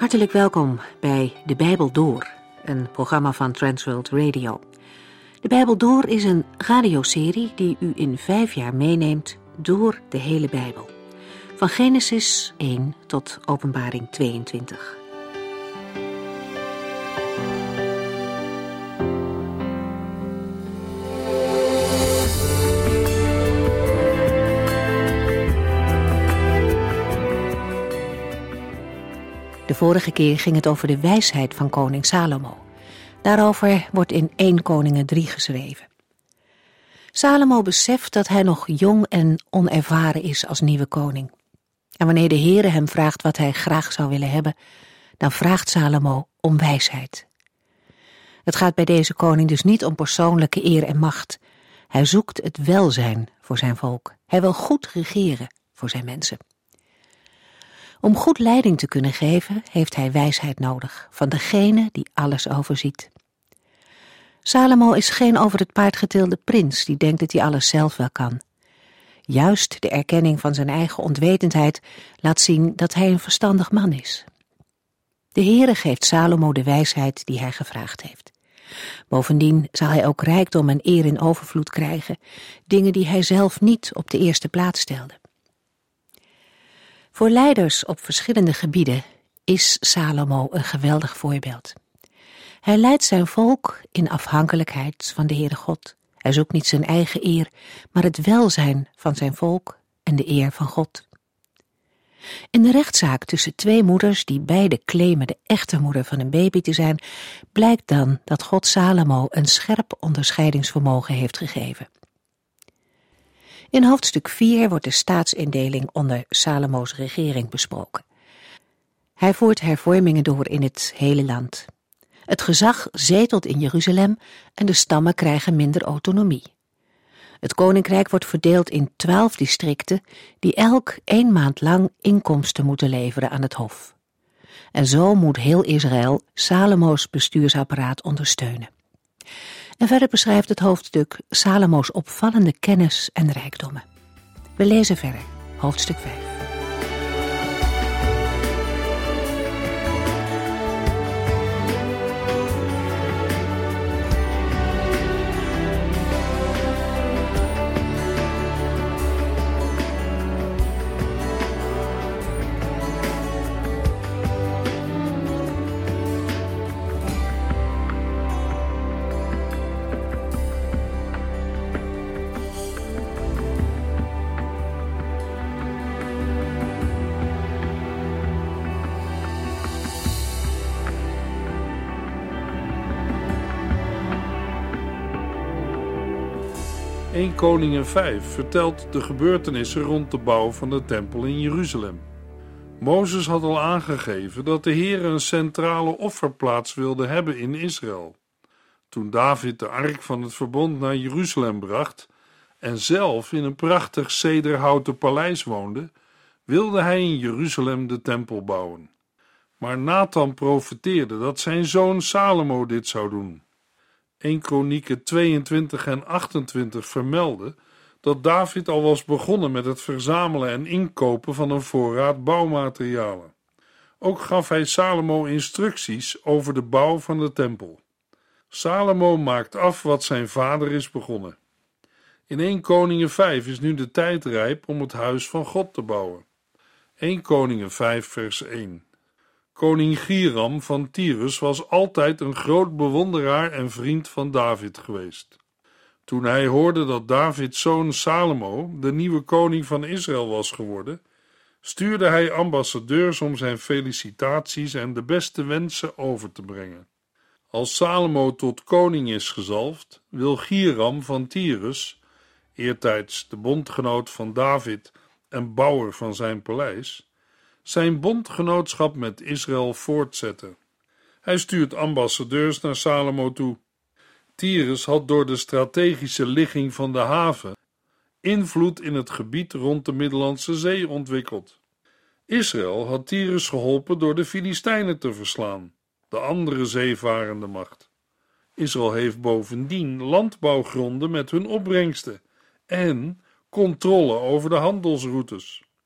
Hartelijk welkom bij De Bijbel Door, een programma van Transworld Radio. De Bijbel Door is een radioserie die u in 5 jaar meeneemt door de hele Bijbel. Van Genesis 1 tot Openbaring 22. De vorige keer ging het over de wijsheid van koning Salomo. Daarover wordt in 1 Koningen 3 geschreven. Salomo beseft dat hij nog jong en onervaren is als nieuwe koning. En wanneer de Heere hem vraagt wat hij graag zou willen hebben, dan vraagt Salomo om wijsheid. Het gaat bij deze koning dus niet om persoonlijke eer en macht. Hij zoekt het welzijn voor zijn volk. Hij wil goed regeren voor zijn mensen. Om goed leiding te kunnen geven, heeft hij wijsheid nodig van degene die alles overziet. Salomo is geen over het paard getilde prins die denkt dat hij alles zelf wel kan. Juist de erkenning van zijn eigen onwetendheid laat zien dat hij een verstandig man is. De Heere geeft Salomo de wijsheid die hij gevraagd heeft. Bovendien zal hij ook rijkdom en eer in overvloed krijgen, dingen die hij zelf niet op de eerste plaats stelde. Voor leiders op verschillende gebieden is Salomo een geweldig voorbeeld. Hij leidt zijn volk in afhankelijkheid van de Heere God. Hij zoekt niet zijn eigen eer, maar het welzijn van zijn volk en de eer van God. In de rechtszaak tussen 2 moeders die beide claimen de echte moeder van een baby te zijn, blijkt dan dat God Salomo een scherp onderscheidingsvermogen heeft gegeven. In hoofdstuk 4 wordt de staatsindeling onder Salomo's regering besproken. Hij voert hervormingen door in het hele land. Het gezag zetelt in Jeruzalem en de stammen krijgen minder autonomie. Het koninkrijk wordt verdeeld in 12 districten die elk 1 maand lang inkomsten moeten leveren aan het hof. En zo moet heel Israël Salomo's bestuursapparaat ondersteunen. En verder beschrijft het hoofdstuk Salomo's opvallende kennis en rijkdommen. We lezen verder, hoofdstuk 5. 1 Koningen 5 vertelt de gebeurtenissen rond de bouw van de tempel in Jeruzalem. Mozes had al aangegeven dat de Heer een centrale offerplaats wilde hebben in Israël. Toen David de ark van het verbond naar Jeruzalem bracht en zelf in een prachtig cederhouten paleis woonde, wilde hij in Jeruzalem de tempel bouwen. Maar Nathan profeteerde dat zijn zoon Salomo dit zou doen. 1 Kronieken 22 en 28 vermelden dat David al was begonnen met het verzamelen en inkopen van een voorraad bouwmaterialen. Ook gaf hij Salomo instructies over de bouw van de tempel. Salomo maakt af wat zijn vader is begonnen. In 1 Koningen 5 is nu de tijd rijp om het huis van God te bouwen. 1 Koningen 5 vers 1. Koning Hiram van Tyrus was altijd een groot bewonderaar en vriend van David geweest. Toen hij hoorde dat Davids zoon Salomo de nieuwe koning van Israël was geworden, stuurde hij ambassadeurs om zijn felicitaties en de beste wensen over te brengen. Als Salomo tot koning is gezalfd, wil Hiram van Tyrus, eertijds de bondgenoot van David en bouwer van zijn paleis, zijn bondgenootschap met Israël voortzetten. Hij stuurt ambassadeurs naar Salomo toe. Tyrus had door de strategische ligging van de haven invloed in het gebied rond de Middellandse Zee ontwikkeld. Israël had Tyrus geholpen door de Filistijnen te verslaan, de andere zeevarende macht. Israël heeft bovendien landbouwgronden met hun opbrengsten en controle over de handelsroutes.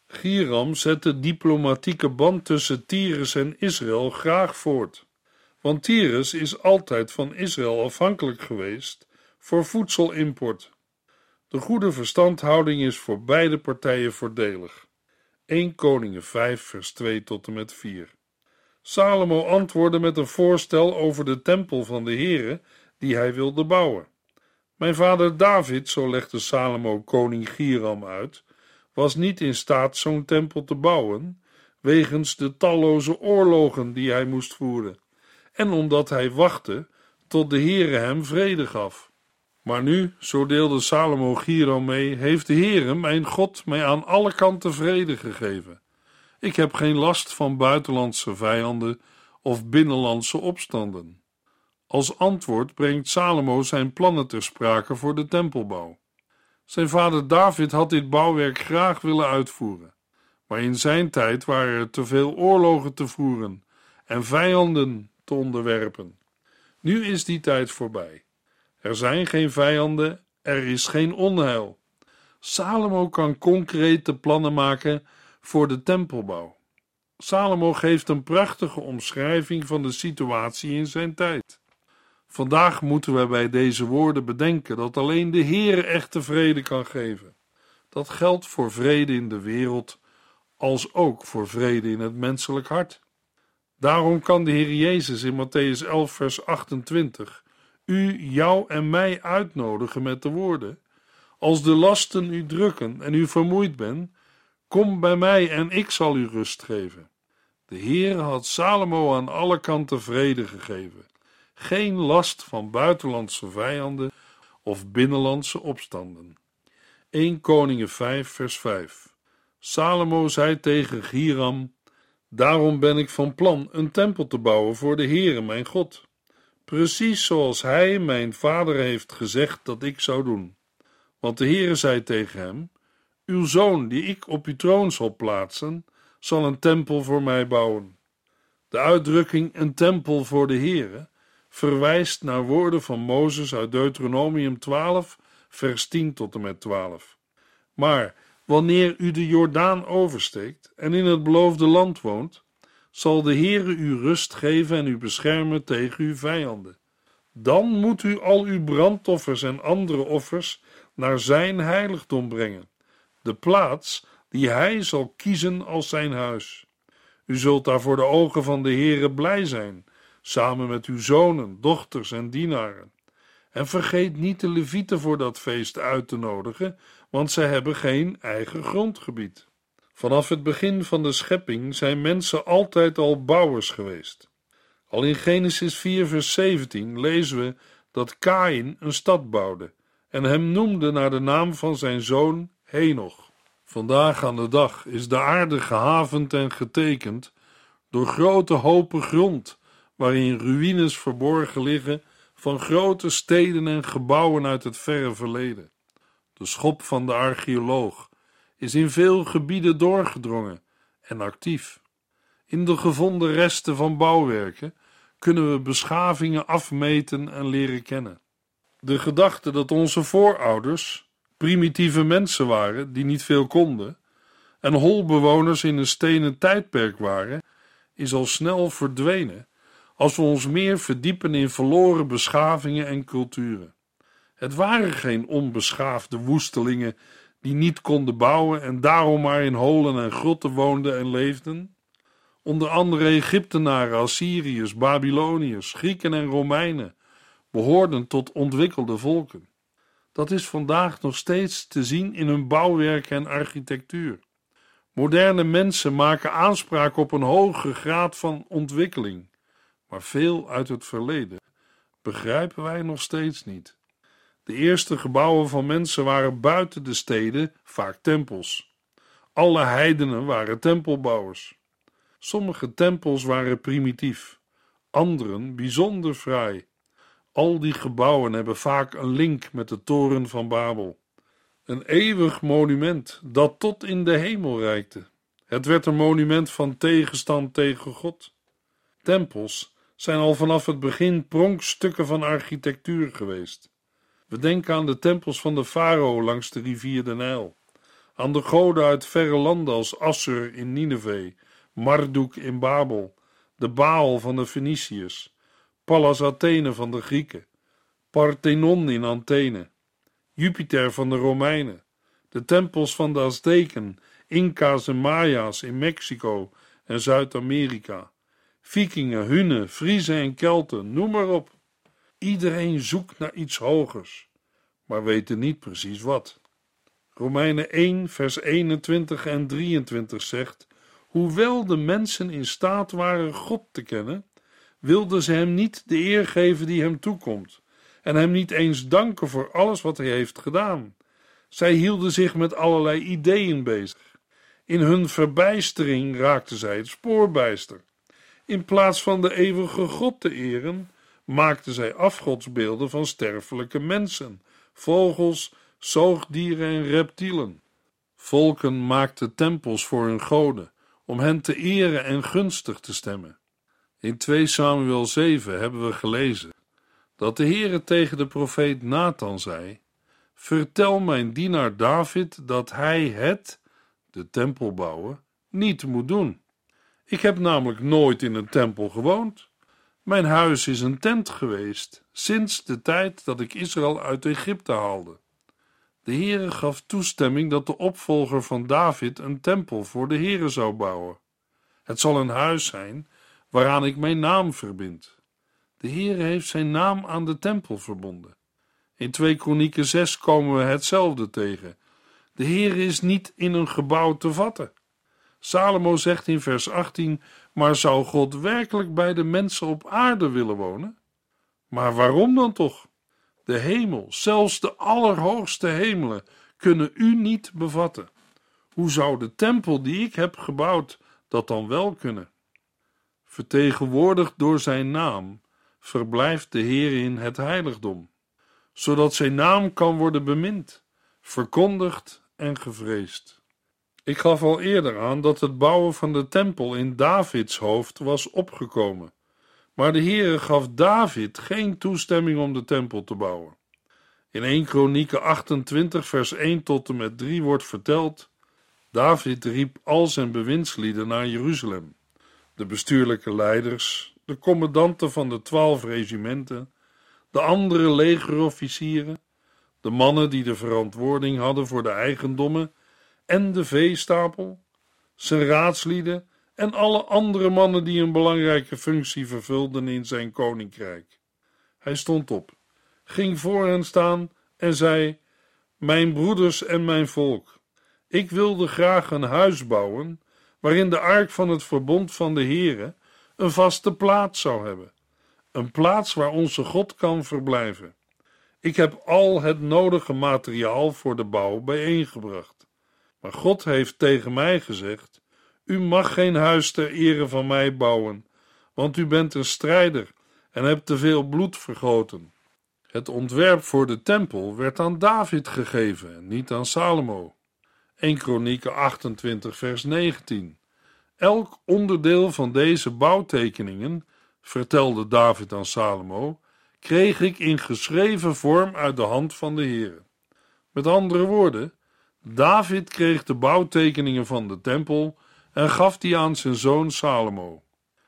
Hiram zet de diplomatieke band tussen Tyrus en Israël graag voort, want Tyrus is altijd van Israël afhankelijk geweest voor voedselimport. De goede verstandhouding is voor beide partijen voordelig. 1 Koningen 5 vers 2 tot en met 4. Salomo antwoordde met een voorstel over de tempel van de Heere die hij wilde bouwen. Mijn vader David, zo legde Salomo koning Hiram uit, was niet in staat zo'n tempel te bouwen, wegens de talloze oorlogen die hij moest voeren, en omdat hij wachtte tot de Heere hem vrede gaf. Maar nu, zo deelde Salomo Hiram mee, heeft de Heere, mijn God, mij aan alle kanten vrede gegeven. Ik heb geen last van buitenlandse vijanden of binnenlandse opstanden. Als antwoord brengt Salomo zijn plannen ter sprake voor de tempelbouw. Zijn vader David had dit bouwwerk graag willen uitvoeren, maar in zijn tijd waren er te veel oorlogen te voeren en vijanden te onderwerpen. Nu is die tijd voorbij. Er zijn geen vijanden, er is geen onheil. Salomo kan concrete plannen maken voor de tempelbouw. Salomo geeft een prachtige omschrijving van de situatie in zijn tijd. Vandaag moeten we bij deze woorden bedenken dat alleen de Heere echte vrede kan geven. Dat geldt voor vrede in de wereld, als ook voor vrede in het menselijk hart. Daarom kan de Heer Jezus in Mattheüs 11 vers 28 jou en mij uitnodigen met de woorden: als de lasten u drukken en u vermoeid bent, kom bij mij en ik zal u rust geven. De Heere had Salomo aan alle kanten vrede gegeven. Geen last van buitenlandse vijanden of binnenlandse opstanden. 1 Koningen 5 vers 5. Salomo zei tegen Hiram: daarom ben ik van plan een tempel te bouwen voor de Heere mijn God. Precies zoals hij, mijn vader, heeft gezegd dat ik zou doen. Want de Heere zei tegen hem: uw zoon, die ik op uw troon zal plaatsen, zal een tempel voor mij bouwen. De uitdrukking een tempel voor de Heere verwijst naar woorden van Mozes uit Deuteronomium 12, vers 10 tot en met 12. Maar wanneer u de Jordaan oversteekt en in het beloofde land woont, zal de Heere u rust geven en u beschermen tegen uw vijanden. Dan moet u al uw brandoffers en andere offers naar zijn heiligdom brengen, de plaats die hij zal kiezen als zijn huis. U zult daar voor de ogen van de Heere blij zijn, samen met uw zonen, dochters en dienaren. En vergeet niet de Levieten voor dat feest uit te nodigen, want zij hebben geen eigen grondgebied. Vanaf het begin van de schepping zijn mensen altijd al bouwers geweest. Al in Genesis 4 vers 17 lezen we dat Kaïn een stad bouwde en hem noemde naar de naam van zijn zoon Henoch. Vandaag aan de dag is de aarde gehavend en getekend door grote hopen grond, waarin ruïnes verborgen liggen van grote steden en gebouwen uit het verre verleden. De schop van de archeoloog is in veel gebieden doorgedrongen en actief. In de gevonden resten van bouwwerken kunnen we beschavingen afmeten en leren kennen. De gedachte dat onze voorouders primitieve mensen waren die niet veel konden en holbewoners in een stenen tijdperk waren, is al snel verdwenen als we ons meer verdiepen in verloren beschavingen en culturen. Het waren geen onbeschaafde woestelingen die niet konden bouwen en daarom maar in holen en grotten woonden en leefden. Onder andere Egyptenaren, Assyriërs, Babyloniërs, Grieken en Romeinen behoorden tot ontwikkelde volken. Dat is vandaag nog steeds te zien in hun bouwwerk en architectuur. Moderne mensen maken aanspraak op een hoge graad van ontwikkeling, maar veel uit het verleden begrijpen wij nog steeds niet. De eerste gebouwen van mensen waren buiten de steden vaak tempels. Alle heidenen waren tempelbouwers. Sommige tempels waren primitief, anderen bijzonder fraai. Al die gebouwen hebben vaak een link met de toren van Babel. Een eeuwig monument dat tot in de hemel reikte. Het werd een monument van tegenstand tegen God. Tempels zijn al vanaf het begin pronkstukken van architectuur geweest. We denken aan de tempels van de farao langs de rivier de Nijl, aan de goden uit verre landen als Assur in Nineve, Marduk in Babel, de Baal van de Feniciërs, Pallas Athene van de Grieken, Parthenon in Athene, Jupiter van de Romeinen, de tempels van de Azteken, Inca's en Maya's in Mexico en Zuid-Amerika, Vikingen, Hunnen, Friezen en Kelten, noem maar op. Iedereen zoekt naar iets hogers, maar weet niet precies wat. Romeinen 1, vers 21 en 23 zegt: hoewel de mensen in staat waren God te kennen, wilden ze hem niet de eer geven die hem toekomt en hem niet eens danken voor alles wat hij heeft gedaan. Zij hielden zich met allerlei ideeën bezig. In hun verbijstering raakten zij het spoor bijster. In plaats van de eeuwige God te eren, maakten zij afgodsbeelden van sterfelijke mensen, vogels, zoogdieren en reptielen. Volken maakten tempels voor hun goden, om hen te eren en gunstig te stemmen. In 2 Samuel 7 hebben we gelezen dat de Heere tegen de profeet Nathan zei: vertel mijn dienaar David dat hij de tempel bouwen, niet moet doen. Ik heb namelijk nooit in een tempel gewoond. Mijn huis is een tent geweest, sinds de tijd dat ik Israël uit Egypte haalde. De Heere gaf toestemming dat de opvolger van David een tempel voor de Heere zou bouwen. Het zal een huis zijn waaraan ik mijn naam verbind. De Heere heeft zijn naam aan de tempel verbonden. In 2 Kronieken 6 komen we hetzelfde tegen. De Heere is niet in een gebouw te vatten. Salomo zegt in vers 18: maar zou God werkelijk bij de mensen op aarde willen wonen? Maar waarom dan toch? De hemel, zelfs de allerhoogste hemelen, kunnen u niet bevatten. Hoe zou de tempel die ik heb gebouwd dat dan wel kunnen? Vertegenwoordigd door zijn naam verblijft de Heer in het heiligdom, zodat zijn naam kan worden bemind, verkondigd en gevreesd. Ik gaf al eerder aan dat het bouwen van de tempel in Davids hoofd was opgekomen, maar de Heere gaf David geen toestemming om de tempel te bouwen. In 1 Kronieken 28 vers 1 tot en met 3 wordt verteld: David riep al zijn bewindslieden naar Jeruzalem, de bestuurlijke leiders, de commandanten van de 12 regimenten, de andere legerofficieren, de mannen die de verantwoording hadden voor de eigendommen en de veestapel, zijn raadslieden en alle andere mannen die een belangrijke functie vervulden in zijn koninkrijk. Hij stond op, ging voor hen staan en zei: mijn broeders en mijn volk, ik wilde graag een huis bouwen waarin de ark van het verbond van de Heere een vaste plaats zou hebben, een plaats waar onze God kan verblijven. Ik heb al het nodige materiaal voor de bouw bijeengebracht. Maar God heeft tegen mij gezegd: u mag geen huis ter ere van mij bouwen, want u bent een strijder en hebt te veel bloed vergoten. Het ontwerp voor de tempel werd aan David gegeven en niet aan Salomo. 1 Kronieken 28 vers 19. Elk onderdeel van deze bouwtekeningen, vertelde David aan Salomo, kreeg ik in geschreven vorm uit de hand van de Heere. Met andere woorden, David kreeg de bouwtekeningen van de tempel en gaf die aan zijn zoon Salomo.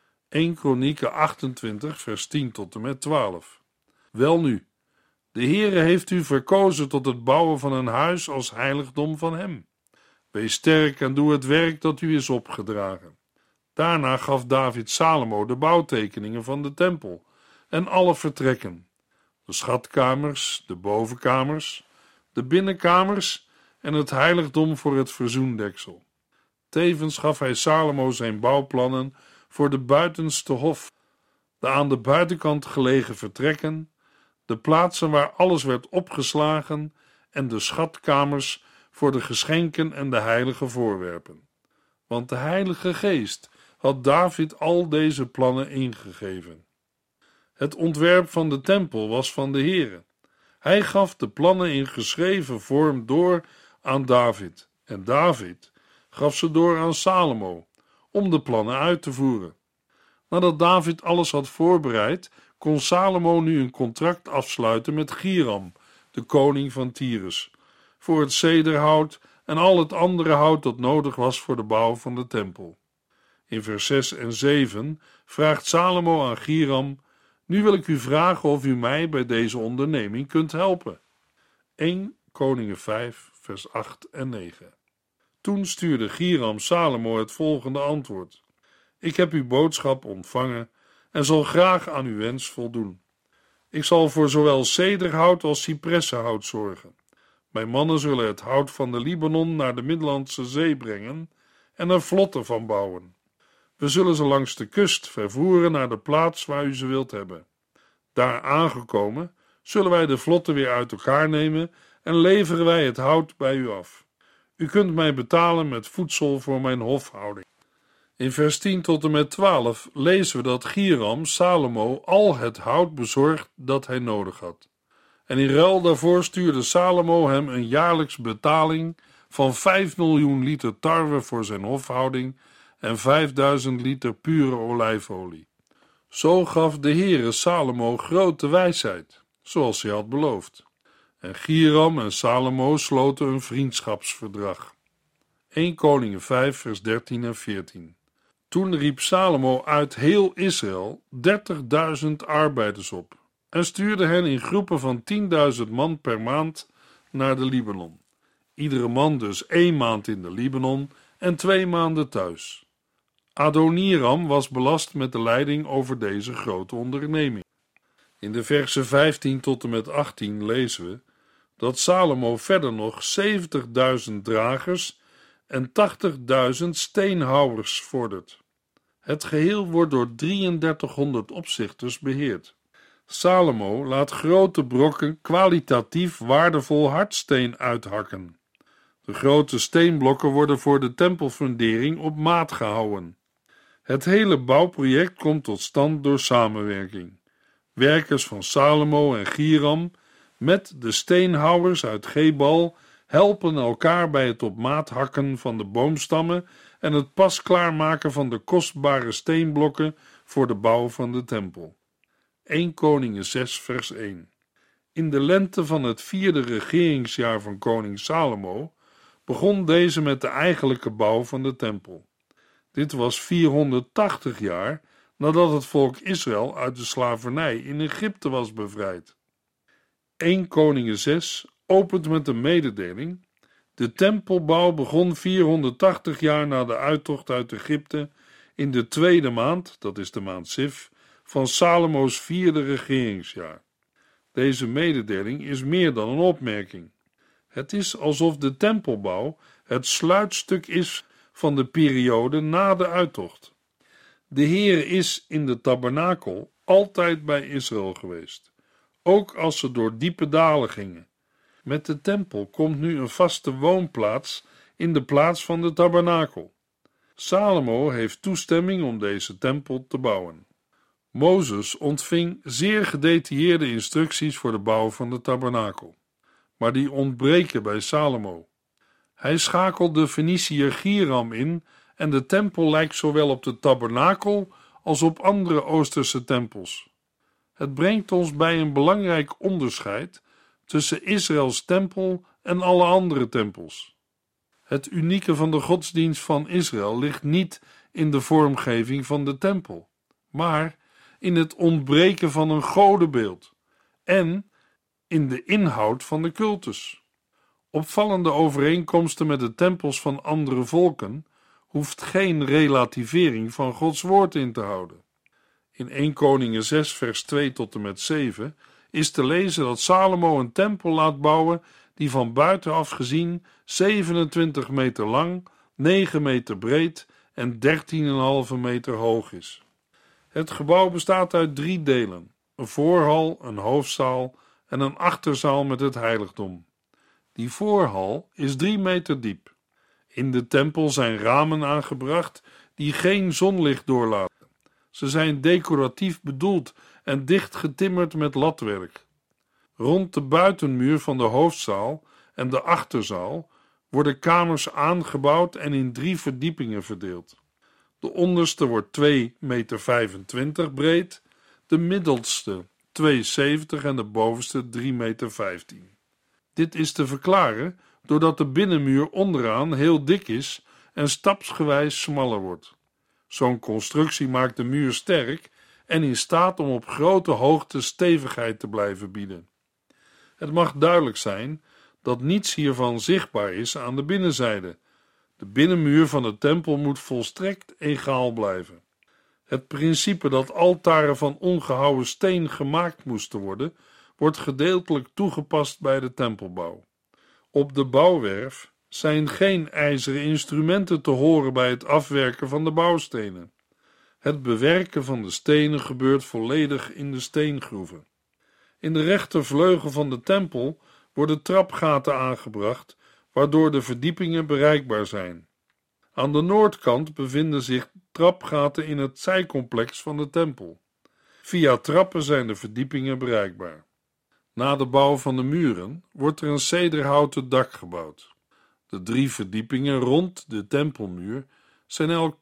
1 Kronieken 28 vers 10 tot en met 12. Welnu, de Heere heeft u verkozen tot het bouwen van een huis als heiligdom van hem. Wees sterk en doe het werk dat u is opgedragen. Daarna gaf David Salomo de bouwtekeningen van de tempel en alle vertrekken, de schatkamers, de bovenkamers, de binnenkamers en het heiligdom voor het verzoendeksel. Tevens gaf hij Salomo zijn bouwplannen voor de buitenste hof, de aan de buitenkant gelegen vertrekken, de plaatsen waar alles werd opgeslagen en de schatkamers voor de geschenken en de heilige voorwerpen. Want de Heilige Geest had David al deze plannen ingegeven. Het ontwerp van de tempel was van de Heere. Hij gaf de plannen in geschreven vorm door aan David en David gaf ze door aan Salomo om de plannen uit te voeren. Nadat David alles had voorbereid, kon Salomo nu een contract afsluiten met Giram, de koning van Tyrus, voor het cederhout, en al het andere hout dat nodig was voor de bouw van de tempel. In vers 6 en 7 vraagt Salomo aan Hiram: nu wil ik u vragen of u mij bij deze onderneming kunt helpen. 1 Koningen 5 vers 8 en 9. Toen stuurde Hiram Salomo het volgende antwoord: ik heb uw boodschap ontvangen en zal graag aan uw wens voldoen. Ik zal voor zowel cederhout als cipressenhout zorgen. Mijn mannen zullen het hout van de Libanon naar de Middellandse Zee brengen en er vlotten van bouwen. We zullen ze langs de kust vervoeren naar de plaats waar u ze wilt hebben. Daar aangekomen zullen wij de vlotten weer uit elkaar nemen en leveren wij het hout bij u af. U kunt mij betalen met voedsel voor mijn hofhouding. In vers 10 tot en met 12 lezen we dat Hiram Salomo al het hout bezorgd dat hij nodig had. En in ruil daarvoor stuurde Salomo hem een jaarlijks betaling van 5 miljoen liter tarwe voor zijn hofhouding en 5000 liter pure olijfolie. Zo gaf de Heere Salomo grote wijsheid, zoals hij had beloofd. En Hiram en Salomo sloten een vriendschapsverdrag. 1 Koningen 5 vers 13 en 14. Toen riep Salomo uit heel Israël 30.000 arbeiders op en stuurde hen in groepen van 10.000 man per maand naar de Libanon. Iedere man dus 1 maand in de Libanon en 2 maanden thuis. Adoniram was belast met de leiding over deze grote onderneming. In de versen 15 tot en met 18 lezen we dat Salomo verder nog 70.000 dragers en 80.000 steenhouwers vordert. Het geheel wordt door 3300 opzichters beheerd. Salomo laat grote brokken kwalitatief waardevol hardsteen uithakken. De grote steenblokken worden voor de tempelfundering op maat gehouden. Het hele bouwproject komt tot stand door samenwerking. Werkers van Salomo en Hiram met de steenhouwers uit Gebal helpen elkaar bij het op maat hakken van de boomstammen en het pasklaar maken van de kostbare steenblokken voor de bouw van de tempel. 1 Koningen 6 vers 1. In de lente van het 4e regeringsjaar van koning Salomo begon deze met de eigenlijke bouw van de tempel. Dit was 480 jaar nadat het volk Israël uit de slavernij in Egypte was bevrijd. 1 Koningen 6 opent met een mededeling: de tempelbouw begon 480 jaar na de uittocht uit Egypte in de 2e maand, dat is de maand Sif, van Salomo's 4e regeringsjaar. Deze mededeling is meer dan een opmerking. Het is alsof de tempelbouw het sluitstuk is van de periode na de uittocht. De Heer is in de tabernakel altijd bij Israël geweest, ook als ze door diepe dalen gingen. Met de tempel komt nu een vaste woonplaats in de plaats van de tabernakel. Salomo heeft toestemming om deze tempel te bouwen. Mozes ontving zeer gedetailleerde instructies voor de bouw van de tabernakel, maar die ontbreken bij Salomo. Hij schakelt de Feniciër Hiram in en de tempel lijkt zowel op de tabernakel als op andere Oosterse tempels. Het brengt ons bij een belangrijk onderscheid tussen Israëls tempel en alle andere tempels. Het unieke van de godsdienst van Israël ligt niet in de vormgeving van de tempel, maar in het ontbreken van een godenbeeld en in de inhoud van de cultus. Opvallende overeenkomsten met de tempels van andere volken hoeft geen relativering van Gods woord in te houden. In 1 Koningen 6 vers 2 tot en met 7 is te lezen dat Salomo een tempel laat bouwen die van buitenaf gezien 27 meter lang, 9 meter breed en 13,5 meter hoog is. Het gebouw bestaat uit 3 delen: een voorhal, een hoofdzaal en een achterzaal met het heiligdom. Die voorhal is 3 meter diep. In de tempel zijn ramen aangebracht die geen zonlicht doorlaten. Ze zijn decoratief bedoeld en dicht getimmerd met latwerk. Rond de buitenmuur van de hoofdzaal en de achterzaal worden kamers aangebouwd en in 3 verdiepingen verdeeld. De onderste wordt 2,25 meter breed, de middelste 2,70 en de bovenste 3,15 meter. Dit is te verklaren doordat de binnenmuur onderaan heel dik is en stapsgewijs smaller wordt. Zo'n constructie maakt de muur sterk en in staat om op grote hoogte stevigheid te blijven bieden. Het mag duidelijk zijn dat niets hiervan zichtbaar is aan de binnenzijde. De binnenmuur van de tempel moet volstrekt egaal blijven. Het principe dat altaren van ongehouwen steen gemaakt moesten worden, wordt gedeeltelijk toegepast bij de tempelbouw. Op de bouwwerf zijn geen ijzeren instrumenten te horen bij het afwerken van de bouwstenen. Het bewerken van de stenen gebeurt volledig in de steengroeven. In de rechtervleugel van de tempel worden trapgaten aangebracht, waardoor de verdiepingen bereikbaar zijn. Aan de noordkant bevinden zich trapgaten in het zijcomplex van de tempel. Via trappen zijn de verdiepingen bereikbaar. Na de bouw van de muren wordt er een cederhouten dak gebouwd. De 3 verdiepingen rond de tempelmuur zijn elk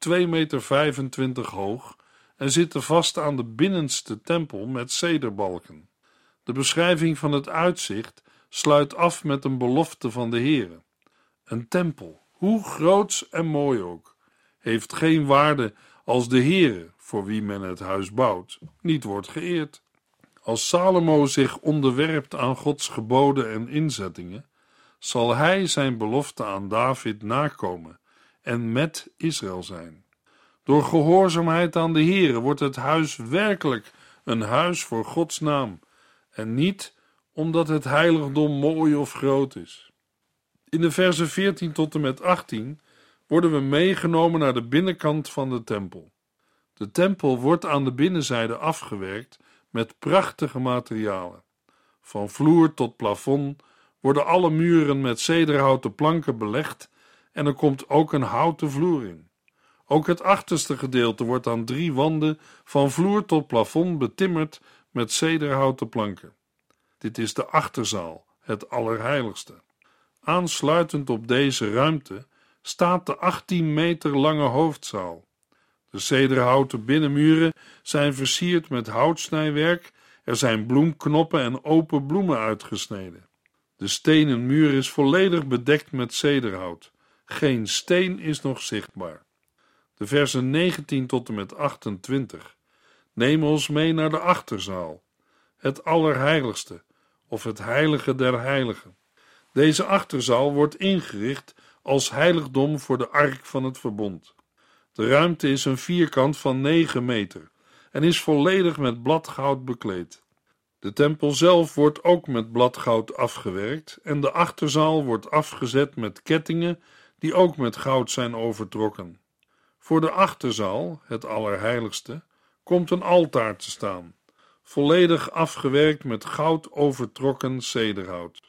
2,25 meter hoog en zitten vast aan de binnenste tempel met cederbalken. De beschrijving van het uitzicht sluit af met een belofte van de Heere. Een tempel, hoe groots en mooi ook, heeft geen waarde als de Heere, voor wie men het huis bouwt, niet wordt geëerd. Als Salomo zich onderwerpt aan Gods geboden en inzettingen, zal hij zijn belofte aan David nakomen en met Israël zijn. Door gehoorzaamheid aan de Heere wordt het huis werkelijk een huis voor Gods naam en niet omdat het heiligdom mooi of groot is. In de versen 14 tot en met 18 worden we meegenomen naar de binnenkant van de tempel. De tempel wordt aan de binnenzijde afgewerkt met prachtige materialen. Van vloer tot plafond worden alle muren met cederhouten planken belegd en er komt ook een houten vloer in. Ook het achterste gedeelte wordt aan 3 wanden van vloer tot plafond betimmerd met cederhouten planken. Dit is de achterzaal, het Allerheiligste. Aansluitend op deze ruimte staat de 18 meter lange hoofdzaal. De cederhouten binnenmuren zijn versierd met houtsnijwerk, er zijn bloemknoppen en open bloemen uitgesneden. De stenen muur is volledig bedekt met cederhout. Geen steen is nog zichtbaar. De versen 19 tot en met 28 nemen ons mee naar de achterzaal, het Allerheiligste, of het Heilige der Heiligen. Deze achterzaal wordt ingericht als heiligdom voor de ark van het verbond. De ruimte is een vierkant van 9 meter en is volledig met bladgoud bekleed. De tempel zelf wordt ook met bladgoud afgewerkt en de achterzaal wordt afgezet met kettingen die ook met goud zijn overtrokken. Voor de achterzaal, het Allerheiligste, komt een altaar te staan, volledig afgewerkt met goud overtrokken cederhout.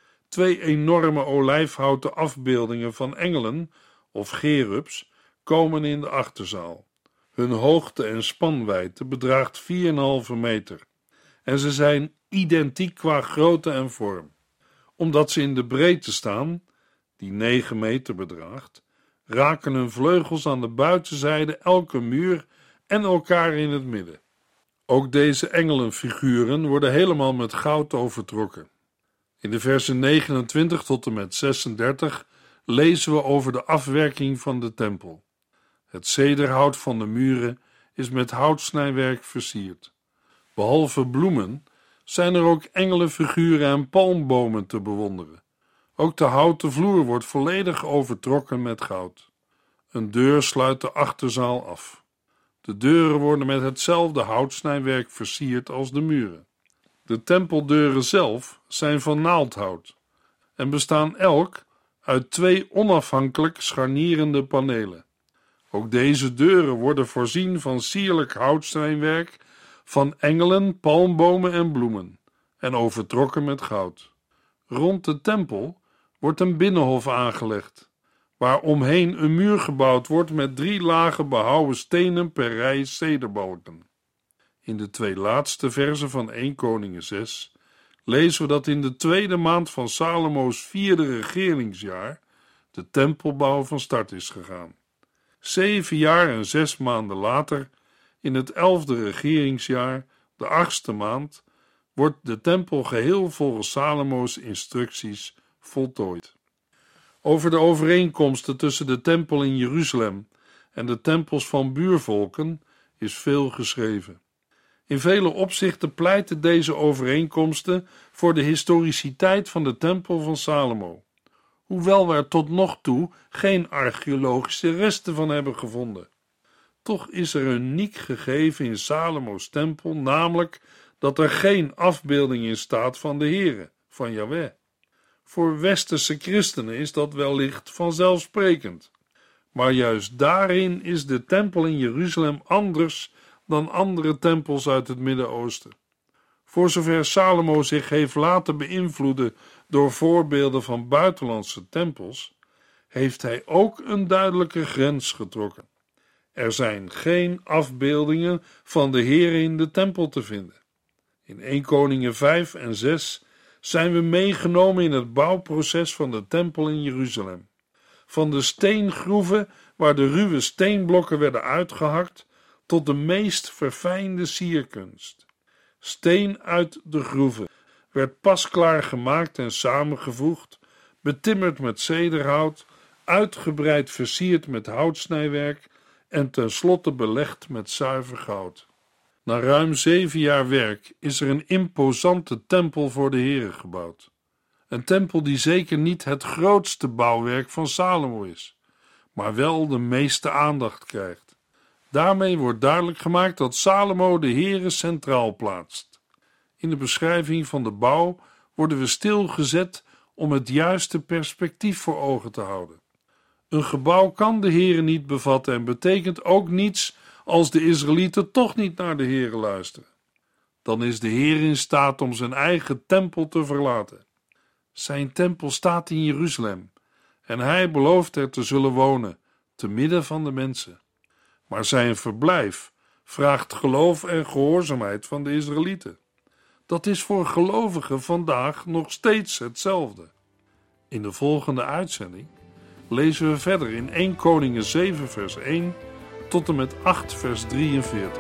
2 enorme olijfhouten afbeeldingen van engelen of cherubs komen in de achterzaal. Hun hoogte en spanwijdte bedraagt 4,5 meter en ze zijn identiek qua grootte en vorm. Omdat ze in de breedte staan, die 9 meter bedraagt, raken hun vleugels aan de buitenzijde elke muur en elkaar in het midden. Ook deze engelenfiguren worden helemaal met goud overtrokken. In de versen 29 tot en met 36 lezen we over de afwerking van de tempel. Het cederhout van de muren is met houtsnijwerk versierd. Behalve bloemen zijn er ook engelenfiguren en palmbomen te bewonderen. Ook de houten vloer wordt volledig overtrokken met goud. Een deur sluit de achterzaal af. De deuren worden met hetzelfde houtsnijwerk versierd als de muren. De tempeldeuren zelf zijn van naaldhout en bestaan elk uit 2 onafhankelijk scharnierende panelen. Ook deze deuren worden voorzien van sierlijk houtsnijwerk van engelen, palmbomen en bloemen en overtrokken met goud. Rond de tempel wordt een binnenhof aangelegd, waar omheen een muur gebouwd wordt met 3 lagen behouwen stenen per rij cederbalken. In de 2 laatste versen van 1 Koningen 6 lezen we dat in de 2e maand van Salomo's 4e regeringsjaar de tempelbouw van start is gegaan. 7 jaar en 6 maanden later, in het 11e regeringsjaar, de 8e maand, wordt de tempel geheel volgens Salomo's instructies voltooid. Over de overeenkomsten tussen de tempel in Jeruzalem en de tempels van buurvolken is veel geschreven. In vele opzichten pleiten deze overeenkomsten voor de historiciteit van de tempel van Salomo, hoewel we er tot nog toe geen archeologische resten van hebben gevonden. Toch is er een uniek gegeven in Salomo's tempel, namelijk dat er geen afbeelding in staat van de Heere, van Jahweh. Voor westerse christenen is dat wellicht vanzelfsprekend. Maar juist daarin is de tempel in Jeruzalem anders dan andere tempels uit het Midden-Oosten. Voor zover Salomo zich heeft laten beïnvloeden door voorbeelden van buitenlandse tempels, heeft hij ook een duidelijke grens getrokken. Er zijn geen afbeeldingen van de Heere in de tempel te vinden. In 1 Koningen 5 en 6 zijn we meegenomen in het bouwproces van de tempel in Jeruzalem. Van de steengroeven waar de ruwe steenblokken werden uitgehakt, tot de meest verfijnde sierkunst. Steen uit de groeven werd pasklaar gemaakt en samengevoegd, betimmerd met cederhout, uitgebreid versierd met houtsnijwerk en tenslotte belegd met zuiver goud. Na ruim 7 jaar werk is er een imposante tempel voor de Heere gebouwd. Een tempel die zeker niet het grootste bouwwerk van Salomo is, maar wel de meeste aandacht krijgt. Daarmee wordt duidelijk gemaakt dat Salomo de Heere centraal plaatst. In de beschrijving van de bouw worden we stilgezet om het juiste perspectief voor ogen te houden. Een gebouw kan de Heere niet bevatten en betekent ook niets als de Israëlieten toch niet naar de Heere luisteren. Dan is de Heer in staat om zijn eigen tempel te verlaten. Zijn tempel staat in Jeruzalem en hij belooft er te zullen wonen, te midden van de mensen. Maar zijn verblijf vraagt geloof en gehoorzaamheid van de Israëlieten. Dat is voor gelovigen vandaag nog steeds hetzelfde. In de volgende uitzending lezen we verder in 1 Koningen 7 vers 1 tot en met 8 vers 43.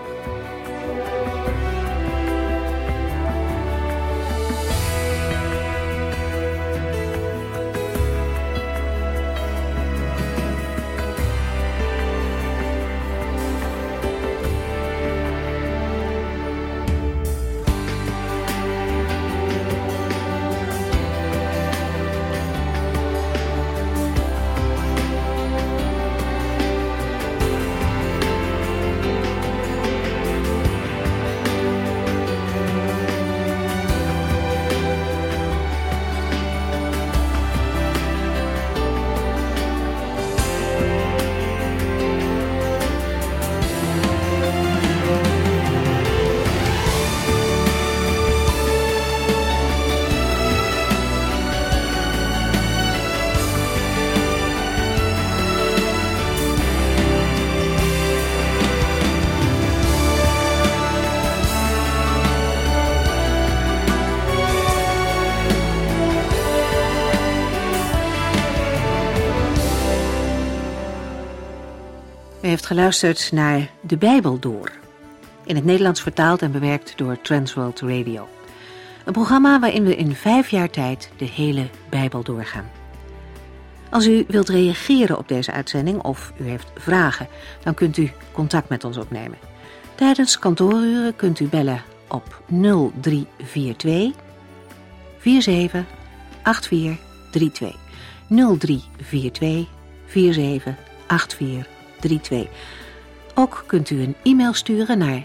U heeft geluisterd naar De Bijbel Door. In het Nederlands vertaald en bewerkt door Transworld Radio. Een programma waarin we in 5 jaar tijd de hele Bijbel doorgaan. Als u wilt reageren op deze uitzending of u heeft vragen, dan kunt u contact met ons opnemen. Tijdens kantooruren kunt u bellen op 0342 47 8432. 0342 47 8432. Ook kunt u een e-mail sturen naar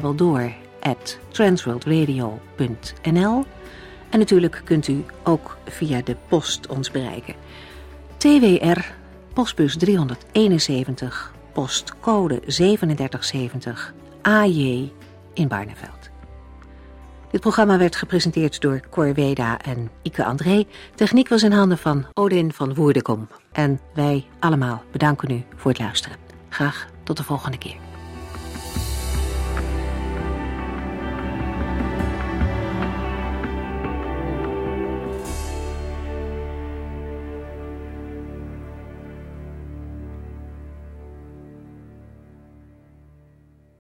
debijbeldoor@transworldradio.nl en natuurlijk kunt u ook via de post ons bereiken. TWR, postbus 371, postcode 3770, AJ in Barneveld. Dit programma werd gepresenteerd door Cor Weda en Ike André. Techniek was in handen van Odin van Woerdekom. En wij allemaal bedanken u voor het luisteren. Graag tot de volgende keer.